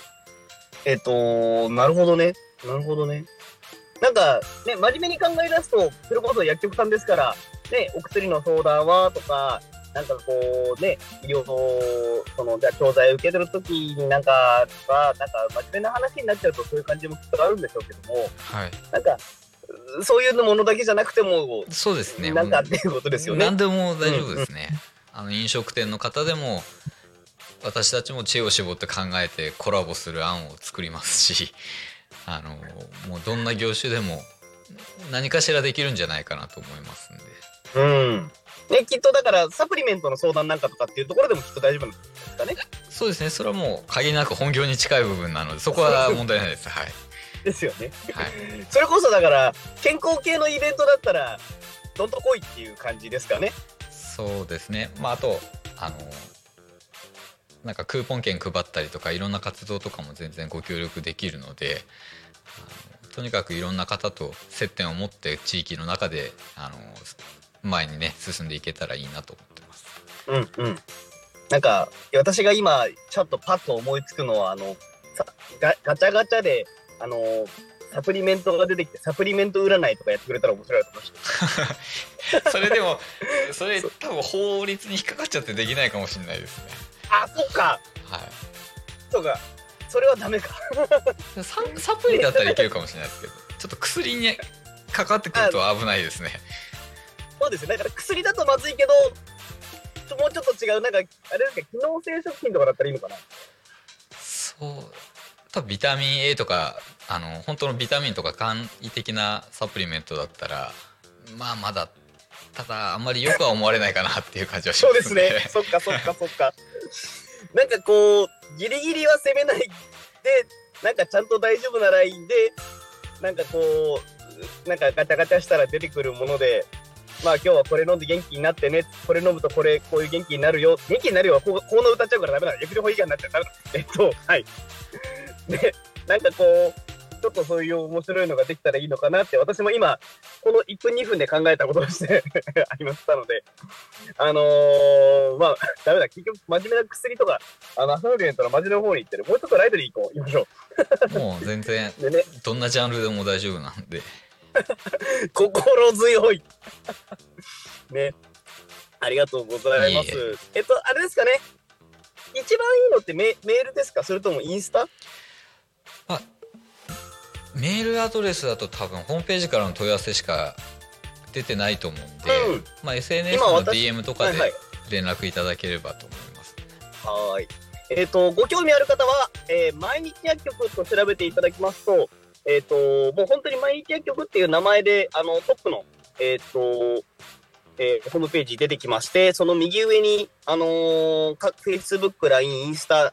ね。なんかね、真面目に考え出すと、それこそ薬局さんですから、ね、お薬の相談はとか、なんかこうね、医療の、じゃあ調剤を受け取るときになんか真面目な話になっちゃうとそういう感じもきっとあるんでしょうけども、 はい。 なんか、そういうものだけじゃなくても、 そうですね。 なんかっていうことですよね。 何でも大丈夫ですね。飲食店の方でも、私たちも知恵を絞って考えてコラボする案を作りますし、もうどんな業種でも何かしらできるんじゃないかなと思いますんで。 ね、きっとだからサプリメントの相談なんかとかっていうところでもきっと大丈夫なんですかね。 そうですね。それはもう限りなく本業に近い部分なので、そこは問題ないです。はい。 ですよね。 はい。 それこそだから健康系のイベントだったらどんと来いっていう感じですかね。 そうですね。まああとなんかクーポン券配ったりとかいろんな活動とかも全然ご協力できるので、とにかくいろんな方と接点を持って地域の中で前にね進んでいけたらいいなと思ってます。 なんか私が今ちょっとパッと思いつくのはガチャガチャでサプリメントが出てきてサプリメント占いとかやってくれたら面白いと思います。 それでもそれ多分法律に引っかかっちゃってできないかもしれないですね。 あ、そうか。 はい。 そうか。それはダメか。 サプリだったらいけるかもしれないですけど、ちょっと薬にかかってくると危ないですね。 そうですね。だから薬だとまずいけど、もうちょっと違うなんかあれですか、機能性食品とかだったらいいのかな。 そう。多分ビタミン A とか本当のビタミンとか簡易的なサプリメントだったらまあまだただあんまりよくは思われないかなっていう感じはしますね。 そうですね。そっか。なんかこうギリギリは攻めないで、なんかちゃんと大丈夫なラインで、なんかこうなんかガチャガチャしたら出てくるもので、まあ今日はこれ飲んで元気になってね、これ飲むとこういう元気になるよ、元気になるよはこの歌っちゃうからダメだ、薬療法以外になっちゃうダメだ。はい。で、なんかこうちょっとそういう面白いのができたらいいのかなって私も今この1分2分で考えたこととしてありましたので、まあダメだ、結局真面目な薬とかサプリメントの真面目な方に行ってる、もうちょっとライトに行きましょう。もう全然で、ね、どんなジャンルでも大丈夫なんで心強いね、ありがとうございます。あれですかね、一番いいのってメールですか、それともインスタ？ メールアドレスだと多分ホームページからの問い合わせしか出てないと思うんで、まあ、SNS の DM とかで連絡いただければと思います。 はい。ご興味ある方は、毎日薬局と調べていただきますと、もう本当に毎日薬局っていう名前でトップのホームページ出てきまして、その右上にFacebook、LINE、インスタ、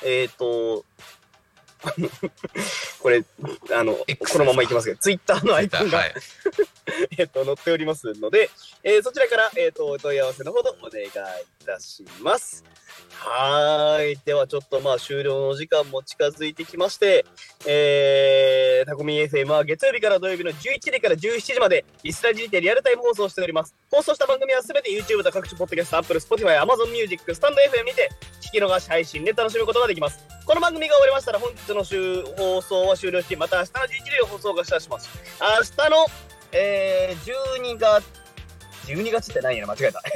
これこのままいきますけど、ツイッターのアイコンが、はい、載っておりますので、そちらから、お問い合わせのほどお願いいたします。はい。ではちょっと終了の時間も近づいてきまして、タコミ FM は月曜日から土曜日の11時から17時までリスラジにてリアルタイム放送しております。放送した番組はすべて YouTube と各種ポッドキャスト、Apple、Spotify、Amazon Music、スタンド FM にて聞き逃し配信で楽しむことができます。この番組が終わりましたら本日の放送は終了し、また明日の11時で放送がスタートします。明日の、12月って何やな、間違えた。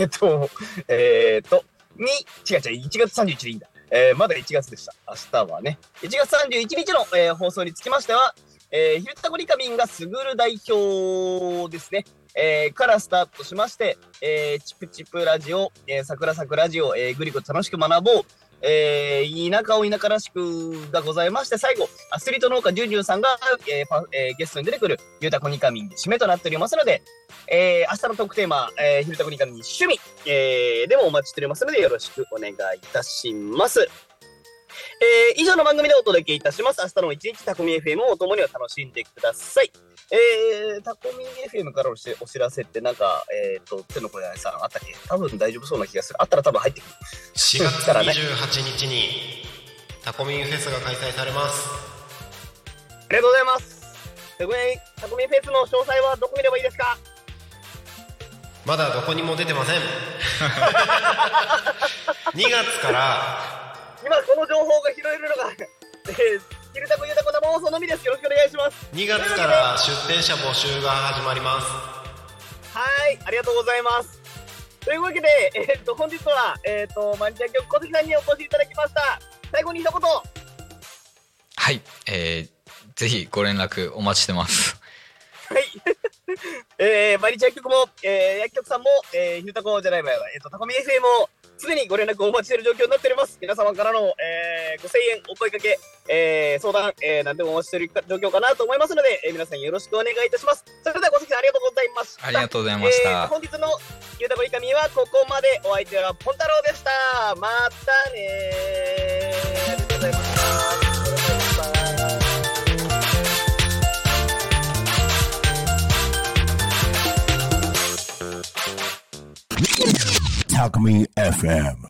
違う、1月31日でいいんだ。まだ1月でした。明日はね。1月31日の、放送につきましては、ひるたこりかみんがすぐる代表ですね。からスタートしまして、チプチプラジオ、桜ラジオ、グリコ楽しく学ぼう、 田舎を田舎らしくがございまして、最後、アスリート農家ジュンジュンさんが、ゲストに出てくる、ゆうたこにかみん締めとなっておりますので、明日のトークテーマ、ゆうたこにかみん趣味、でもお待ちしておりますので、よろしくお願いいたします。以上の番組でお届けいたします。明日の一日、タコミ FM をお共にお楽しんでください。タコミ FM からお知らせってなんか、手の小屋さんあったっけ？多分大丈夫そうな気がする。あったら多分入ってくる。 4月28日にタコミンフェスが開催されます。 ありがとうございます。タコミンフェスの詳細はどこ見ればいいですか？ まだどこにも出てません。2月から今この情報が拾えるのがゆるたこゆうたこ生放送のみです。よろしくお願いします。 2月から出展者募集が始まります。 はい、ありがとうございます。というわけで、本日は、マニア局小関さんにお越しいただきました。最後に一言。 はい、ぜひご連絡お待ちしてます。 はい。マニア局も、薬局さんも、ゆうたこじゃないわよ、タコミ FM も常にご連絡をお待ちしている状況になっております。皆様からの、ご声援、お声かけ、相談、何でもお待ちしている状況かなと思いますので、皆さんよろしくお願いいたします。それでは小関さんありがとうございました。 ありがとうございました。 本日のゆうたこいかみはここまで。お相手はポン太郎でした。またねー。ありがとうございました。 Talk Me FM